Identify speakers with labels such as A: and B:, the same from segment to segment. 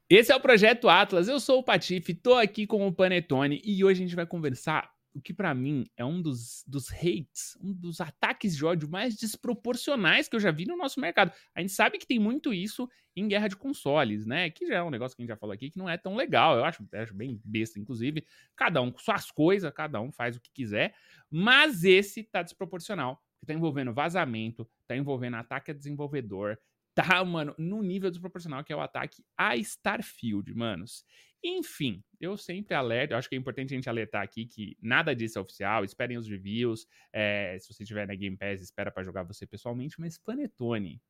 A: Esse é o Projeto Atlas, eu sou o Patife, tô aqui com o Panetone e hoje a gente vai conversar o que pra mim é um dos hates, um dos ataques de ódio mais desproporcionais que eu já vi no nosso mercado. A gente sabe que tem muito isso em guerra de consoles, né? Que já é um negócio que a gente já falou aqui que não é tão legal, eu acho bem besta, inclusive. Cada um com suas coisas, cada um faz o que quiser, mas esse tá desproporcional, que tá envolvendo vazamento, tá envolvendo ataque a desenvolvedor, tá, mano, num nível desproporcional que é o ataque a Starfield, manos. Enfim, eu sempre alerto, eu acho que é importante a gente alertar aqui que nada disso é oficial, esperem os reviews, se você estiver na Game Pass, espera pra jogar você pessoalmente, mas Panetone,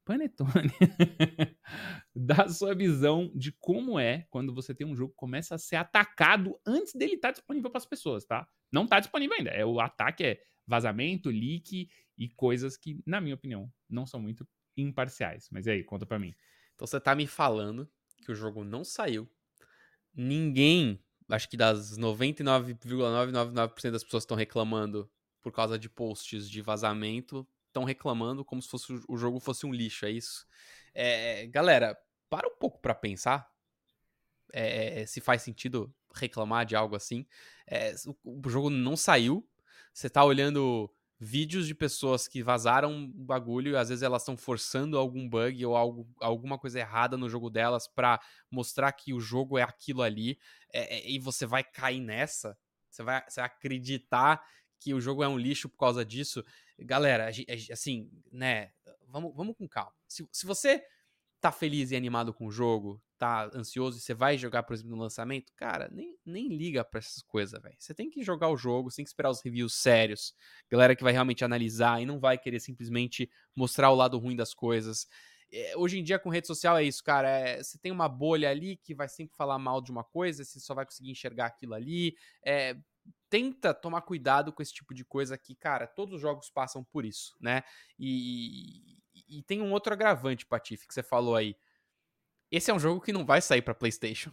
A: dá a sua visão de como é quando você tem um jogo que começa a ser atacado antes dele estar disponível para as pessoas, tá? Não tá disponível ainda, o ataque é vazamento, leak e coisas que, na minha opinião, não são muito imparciais. Mas e aí, conta pra mim.
B: Então você tá me falando que o jogo não saiu. Ninguém, acho que das 99,999% das pessoas que estão reclamando por causa de posts de vazamento, estão reclamando como se o jogo fosse um lixo, é isso? Galera, para um pouco pra pensar se faz sentido reclamar de algo assim. O jogo não saiu, você tá olhando vídeos de pessoas que vazaram o bagulho e às vezes elas estão forçando algum bug ou alguma coisa errada no jogo delas pra mostrar que o jogo é aquilo ali, e você vai cair nessa, você vai acreditar que o jogo é um lixo por causa disso. Galera, assim, né, vamos com calma. Se você tá feliz e animado com o jogo, tá ansioso e você vai jogar, por exemplo, no lançamento, cara, nem liga pra essas coisas, velho. Você tem que jogar o jogo, você tem que esperar os reviews sérios, galera que vai realmente analisar e não vai querer simplesmente mostrar o lado ruim das coisas. Hoje em dia, com rede social, é isso, cara. Você tem uma bolha ali que vai sempre falar mal de uma coisa, você só vai conseguir enxergar aquilo ali. Tenta tomar cuidado com esse tipo de coisa que, cara, todos os jogos passam por isso, né? E tem um outro agravante, Patife, que você falou aí. Esse é um jogo que não vai sair pra PlayStation.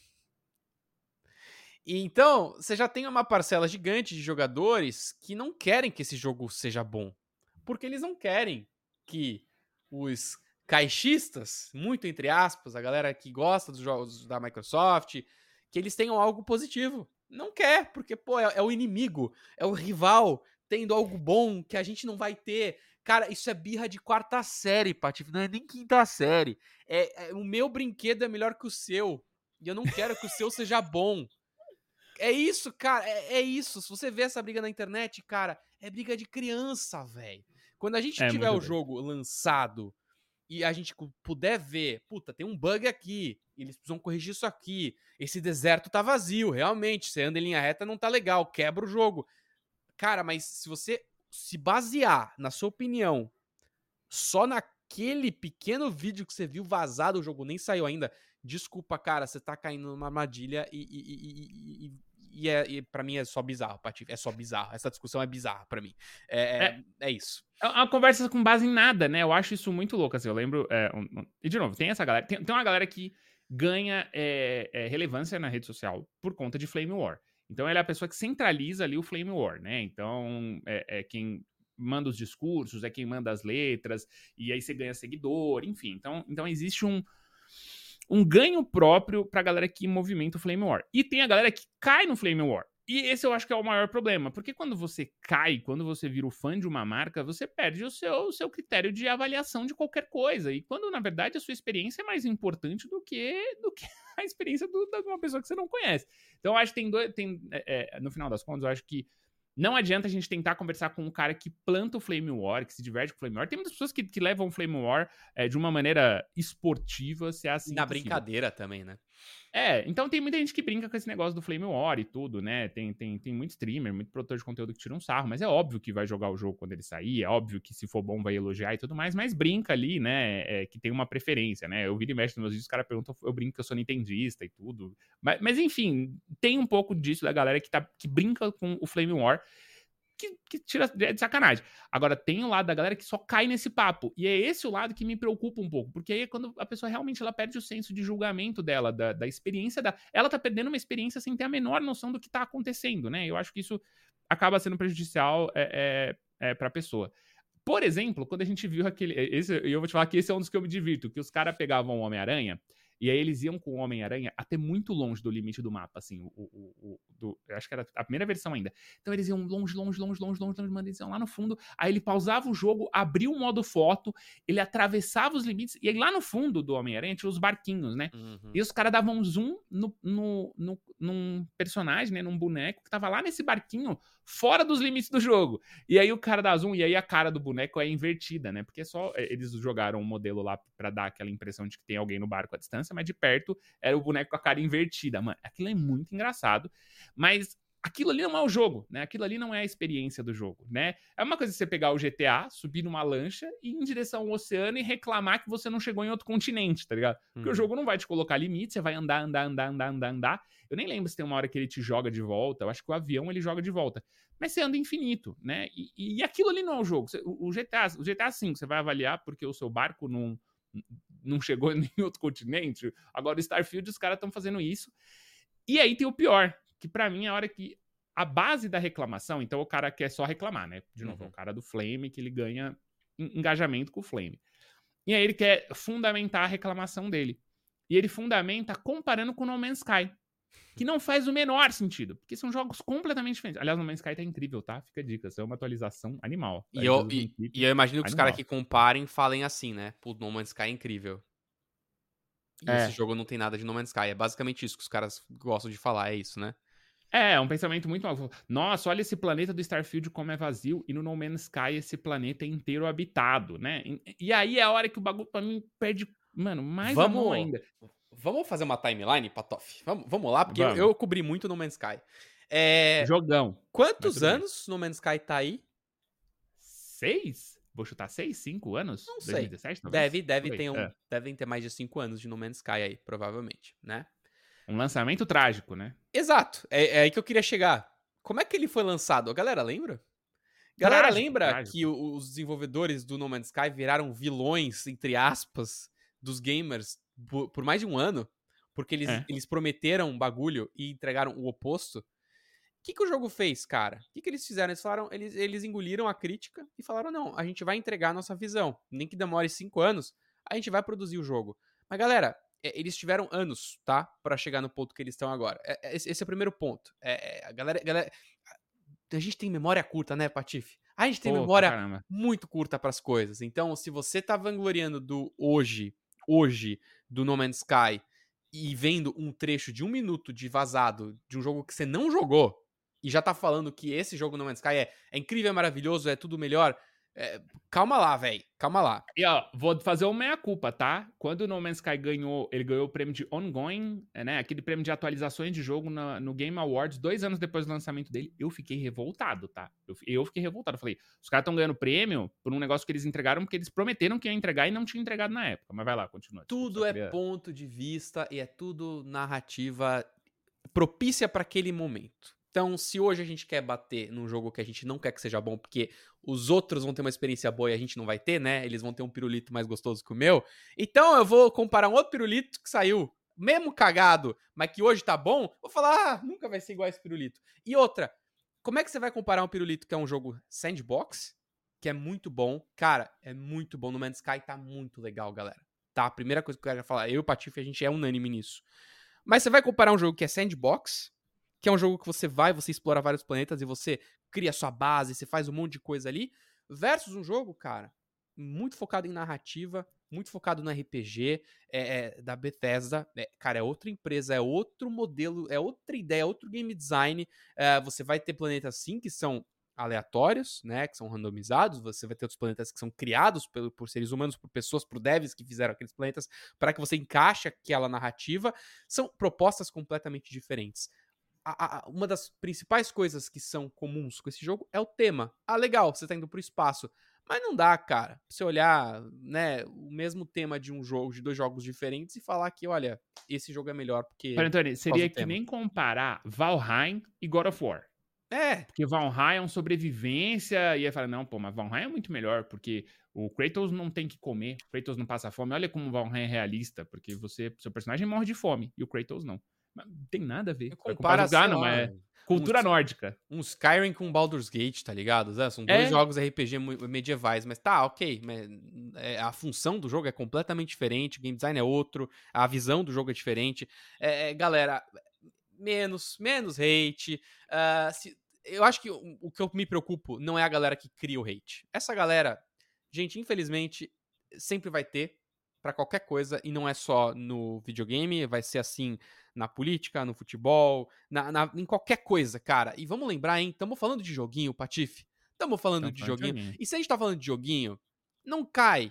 B: E então, você já tem uma parcela gigante de jogadores que não querem que esse jogo seja bom. Porque eles não querem que os caixistas, muito entre aspas, a galera que gosta dos jogos da Microsoft, que eles tenham algo positivo. Não quer, porque, pô, é o inimigo, é o rival tendo algo bom que a gente não vai ter. Cara, isso é birra de quarta série, Patife, não é nem quinta série. O meu brinquedo é melhor que o seu. E eu não quero que o seu seja bom. É isso, cara, é isso. Se você vê essa briga na internet, cara, é briga de criança, velho. Quando a gente
A: É
B: tiver
A: muito
B: o
A: doido.
B: jogo lançado e a gente puder ver, puta, tem um bug aqui, eles precisam corrigir isso aqui, esse deserto tá vazio, realmente, você anda em linha reta não tá legal, quebra o jogo. Cara, mas se você se basear, na sua opinião, só naquele pequeno vídeo que você viu vazado, o jogo nem saiu ainda, desculpa, cara, você tá caindo numa armadilha e pra mim é só bizarro, Patife, é só bizarro. Essa discussão é bizarra pra mim.
A: É,
B: É isso.
A: é uma conversa com base em nada, né? Eu acho isso muito louco, assim. Eu lembro. E de novo, tem essa galera. Tem uma galera que ganha relevância na rede social por conta de Flame War. Então, ela é a pessoa que centraliza ali o Flame War, né? Então, é quem manda os discursos, é quem manda as letras, e aí você ganha seguidor, enfim. Então existe um ganho próprio pra galera que movimenta o Flame War. E tem a galera que cai no Flame War. E esse eu acho que é o maior problema, porque quando você cai, quando você vira o fã de uma marca, você perde o seu critério de avaliação de qualquer coisa. E quando, na verdade, a sua experiência é mais importante do que a experiência de uma pessoa que você não conhece. Então, eu acho que no final das contas, eu acho que não adianta a gente tentar conversar com um cara que planta o Flame War, que se diverte com o Flame War. Tem muitas pessoas que levam o Flame War de uma maneira esportiva, se é
B: E
A: assim
B: na
A: possível.
B: brincadeira também, né?
A: Então tem muita gente que brinca com esse negócio do Flame War e tudo, né? Tem muito streamer, muito produtor de conteúdo que tira um sarro, mas é óbvio que vai jogar o jogo quando ele sair, é óbvio que se for bom vai elogiar e tudo mais, mas brinca ali, né? Que tem uma preferência, né? Eu viro e mexo nos meus vídeos, os caras perguntam, eu brinco que eu sou nintendista e tudo. Mas enfim, tem um pouco disso da galera que brinca com o Flame War. Que tira de sacanagem. Agora, tem o lado da galera que só cai nesse papo. E é esse o lado que me preocupa um pouco. Porque aí é quando a pessoa realmente ela perde o senso de julgamento dela, da experiência dela. Ela tá perdendo uma experiência sem ter a menor noção do que tá acontecendo, né? Eu acho que isso acaba sendo prejudicial pra pessoa. Por exemplo, quando a gente viu aquele. E eu vou te falar que esse é um dos que eu me divirto, que os caras pegavam o Homem-Aranha E aí eles iam com o Homem-Aranha até muito longe do limite do mapa, assim, eu acho que era a primeira versão ainda. Então eles iam longe, mano, eles iam lá no fundo, aí ele pausava o jogo, abria o modo foto, ele atravessava os limites, e aí lá no fundo do Homem-Aranha tinha os barquinhos, né? E os caras davam um zoom num personagem, né, num boneco que tava lá nesse barquinho, fora dos limites do jogo. E aí o cara dá zoom, e aí a cara do boneco é invertida, né? Porque só eles jogaram um modelo lá pra dar aquela impressão de que tem alguém no barco à distância, mas de perto era o boneco com a cara invertida. Mano, aquilo é muito engraçado, mas aquilo ali não é o jogo, né? Aquilo ali não é a experiência do jogo, né? É uma coisa você pegar o GTA, subir numa lancha e ir em direção ao oceano e reclamar que você não chegou em outro continente, tá ligado? Porque o jogo não vai te colocar limite, você vai andar. Eu nem lembro se tem uma hora que ele te joga de volta, eu acho que o avião ele joga de volta. Mas você anda infinito, né? E aquilo ali não é o jogo. O GTA V, você vai avaliar porque o seu barco não chegou em nenhum outro continente. Agora o Starfield, os caras estão fazendo isso. E aí tem o pior, que pra mim é a hora que a base da reclamação, então o cara quer só reclamar, né? De novo, é o cara do Flame que ele ganha engajamento com o Flame. E aí ele quer fundamentar a reclamação dele. E ele fundamenta comparando com No Man's Sky, que não faz o menor sentido, porque são jogos completamente diferentes. Aliás, No Man's Sky tá incrível, tá? Fica a dica, isso é uma atualização animal.
B: E eu imagino que os caras que comparem falem assim, né? Pô, No Man's Sky é incrível. E esse jogo não tem nada de No Man's Sky. É basicamente isso que os caras gostam de falar, é isso, né?
A: É um pensamento muito mal. Nossa, olha esse planeta do Starfield como é vazio, e no No Man's Sky esse planeta é inteiro habitado, né? E aí é a hora que o bagulho pra mim perde, mano, mais a mão ainda.
B: Vamos fazer uma timeline, Patof? Vamos lá, porque
A: Vamos.
B: eu cobri muito No Man's Sky.
A: Jogão.
B: Quantos anos No Man's Sky tá aí?
A: 6? Vou chutar 6, 5 anos?
B: Não sei.
A: 2017, talvez?
B: Devem ter mais de 5 anos de No Man's Sky aí, provavelmente, né?
A: Um lançamento trágico, né?
B: Exato. É aí que eu queria chegar. Como é que ele foi lançado? A galera lembra? Galera, lembra que os desenvolvedores do No Man's Sky viraram vilões, entre aspas, dos gamers por mais de um ano? Porque eles prometeram um bagulho e entregaram o oposto? O que o jogo fez, cara? O que eles fizeram? Eles engoliram a crítica e falaram, não, a gente vai entregar a nossa visão. Nem que demore 5 anos, a gente vai produzir o jogo. Mas, galera, eles tiveram anos, tá? Pra chegar no ponto que eles estão agora. Esse é o primeiro ponto. A galera... A gente tem memória curta, né, Patife? A gente tem memória muito curta pras coisas. Então, se você tá vangloriando do hoje, do No Man's Sky, e vendo um trecho de 1 minuto de vazado de um jogo que você não jogou, e já tá falando que esse jogo No Man's Sky é incrível, é maravilhoso, é tudo melhor, calma lá, velho. Calma lá.
A: E ó, vou fazer uma meia-culpa, tá? Quando o No Man's Sky ganhou, ele ganhou o prêmio de Ongoing, né? Aquele prêmio de atualizações de jogo no Game Awards, 2 anos depois do lançamento dele, eu fiquei revoltado, tá? Eu fiquei revoltado. Eu falei, os caras estão ganhando prêmio por um negócio que eles entregaram porque eles prometeram que iam entregar e não tinham entregado na época. Mas vai lá, continua.
B: Tudo é ponto de vista e é tudo narrativa propícia para aquele momento. Então, se hoje a gente quer bater num jogo que a gente não quer que seja bom, porque os outros vão ter uma experiência boa e a gente não vai ter, né? Eles vão ter um pirulito mais gostoso que o meu. Então, eu vou comparar um outro pirulito que saiu, mesmo cagado, mas que hoje tá bom. Vou falar, nunca vai ser igual a esse pirulito. E outra, como é que você vai comparar um pirulito que é um jogo sandbox, que é muito bom? Cara, é muito bom. No Man's Sky tá muito legal, galera. Tá? A primeira coisa que eu quero falar, eu e o Patife, a gente é unânime nisso. Mas você vai comparar um jogo que é sandbox, que é um jogo que você explora vários planetas e você cria sua base, você faz um monte de coisa ali, versus um jogo, cara, muito focado em narrativa, muito focado no RPG, da Bethesda, cara, é outra empresa, é outro modelo, é outra ideia, é outro game design, você vai ter planetas sim que são aleatórios, né, que são randomizados, você vai ter outros planetas que são criados por seres humanos, por pessoas, por devs que fizeram aqueles planetas para que você encaixe aquela narrativa, são propostas completamente diferentes. Uma das principais coisas que são comuns com esse jogo é o tema. Ah, legal, você tá indo pro espaço. Mas não dá, cara, pra você olhar, né, o mesmo tema de um jogo, de 2 jogos diferentes e falar que, olha, esse jogo é melhor porque...
A: Antônio, seria que nem comparar Valheim e God of War. Porque Valheim é um sobrevivência, e aí fala, não, pô, mas Valheim é muito melhor, porque o Kratos não tem que comer, o Kratos não passa fome. Olha como o Valheim é realista, porque seu personagem morre de fome, e o Kratos não. Mas não tem nada a ver.
B: Você
A: Vai comprar
B: compara,
A: jogo, ah,
B: sei
A: não,
B: lá,
A: mas é cultura nórdica.
B: um Skyrim com Baldur's Gate, tá ligado? São dois
A: É,
B: jogos RPG medievais, mas tá, ok. Mas a função do jogo é completamente diferente, o game design é outro, a visão do jogo é diferente. Galera, menos hate. Eu acho que o que eu me preocupo não é a galera que cria o hate. Essa galera, gente, infelizmente, sempre vai ter pra qualquer coisa, e não é só no videogame, vai ser assim na política, no futebol, em qualquer coisa, cara. E vamos lembrar, hein? Estamos falando de joguinho, Patife. Estamos falando
A: então,
B: de
A: falando de
B: joguinho.
A: joguinho.
B: E se a gente tá falando de joguinho, não cai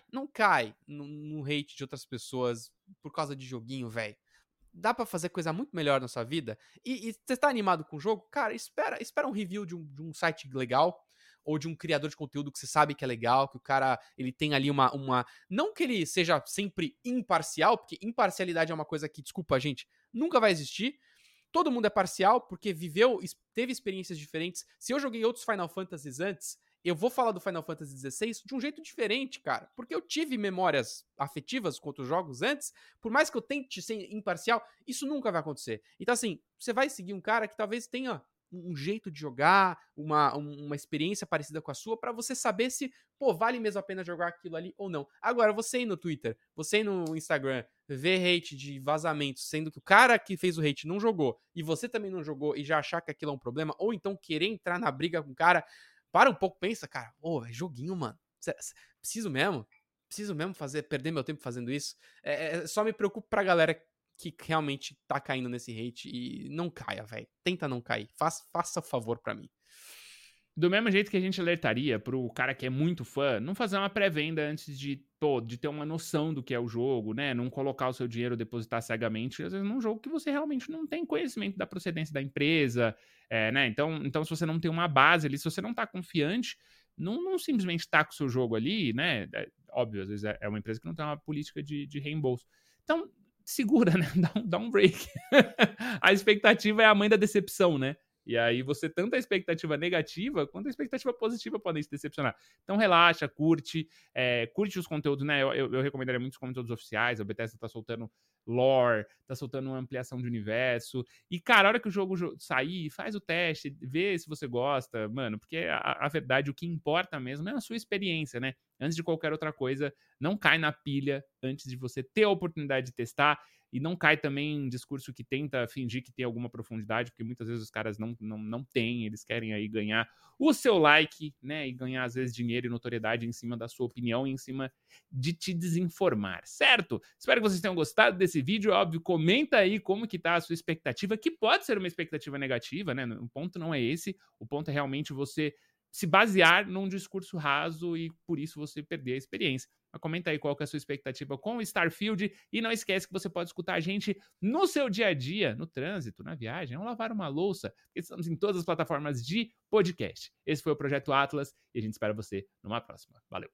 B: no hate de outras pessoas por causa de joguinho, velho. Dá pra fazer coisa muito melhor na sua vida. E você tá animado com o jogo? Cara, espera um review de um site legal, ou de um criador de conteúdo que você sabe que é legal, que o cara ele tem ali uma. Não que ele seja sempre imparcial, porque imparcialidade é uma coisa que, desculpa, gente, nunca vai existir. Todo mundo é parcial porque teve experiências diferentes. Se eu joguei outros Final Fantasies antes, eu vou falar do Final Fantasy XVI de um jeito diferente, cara. Porque eu tive memórias afetivas com outros jogos antes, por mais que eu tente ser imparcial, isso nunca vai acontecer. Então, assim, você vai seguir um cara que talvez tenha um jeito de jogar, uma experiência parecida com a sua, pra você saber se, pô, vale mesmo a pena jogar aquilo ali ou não. Agora, você ir no Twitter, você ir no Instagram, ver hate de vazamento, sendo que o cara que fez o hate não jogou, e você também não jogou, e já achar que aquilo é um problema, ou então querer entrar na briga com o cara, para um pouco, pensa, cara, é joguinho, mano. Preciso mesmo? Preciso mesmo perder meu tempo fazendo isso? Só me preocupo pra galera que realmente tá caindo nesse hate e não caia, velho. Tenta não cair. Faça favor pra mim.
A: Do mesmo jeito que a gente alertaria pro cara que é muito fã, não fazer uma pré-venda antes de ter uma noção do que é o jogo, né? Não colocar o seu dinheiro, depositar cegamente, às vezes num jogo que você realmente não tem conhecimento da procedência da empresa, né? Então, se você não tem uma base ali, se você não tá confiante, não simplesmente tá com o seu jogo ali, né? Óbvio, às vezes é uma empresa que não tem uma política de reembolso. Então, segura, né? Dá um break. A expectativa é a mãe da decepção, né? E aí você, tanto a expectativa negativa quanto a expectativa positiva podem se decepcionar. Então relaxa, curte os conteúdos, né? Eu recomendaria muitos conteúdos oficiais. A Bethesda tá soltando lore, tá soltando uma ampliação de universo. E, cara, a hora que o jogo sair, faz o teste, vê se você gosta, mano, porque a verdade, o que importa mesmo é a sua experiência, né? Antes de qualquer outra coisa, não cai na pilha antes de você ter a oportunidade de testar. E não cai também em discurso que tenta fingir que tem alguma profundidade, porque muitas vezes os caras não têm, eles querem aí ganhar o seu like, né, e ganhar às vezes dinheiro e notoriedade em cima da sua opinião e em cima de te desinformar, certo? Espero que vocês tenham gostado desse vídeo, óbvio, comenta aí como que tá a sua expectativa, que pode ser uma expectativa negativa, né, o ponto não é esse, o ponto é realmente você se basear num discurso raso e por isso você perder a experiência. Mas comenta aí qual que é a sua expectativa com o Starfield e não esquece que você pode escutar a gente no seu dia a dia, no trânsito, na viagem, ou lavar uma louça, porque estamos em todas as plataformas de podcast. Esse foi o Projeto Atlas e a gente espera você numa próxima. Valeu!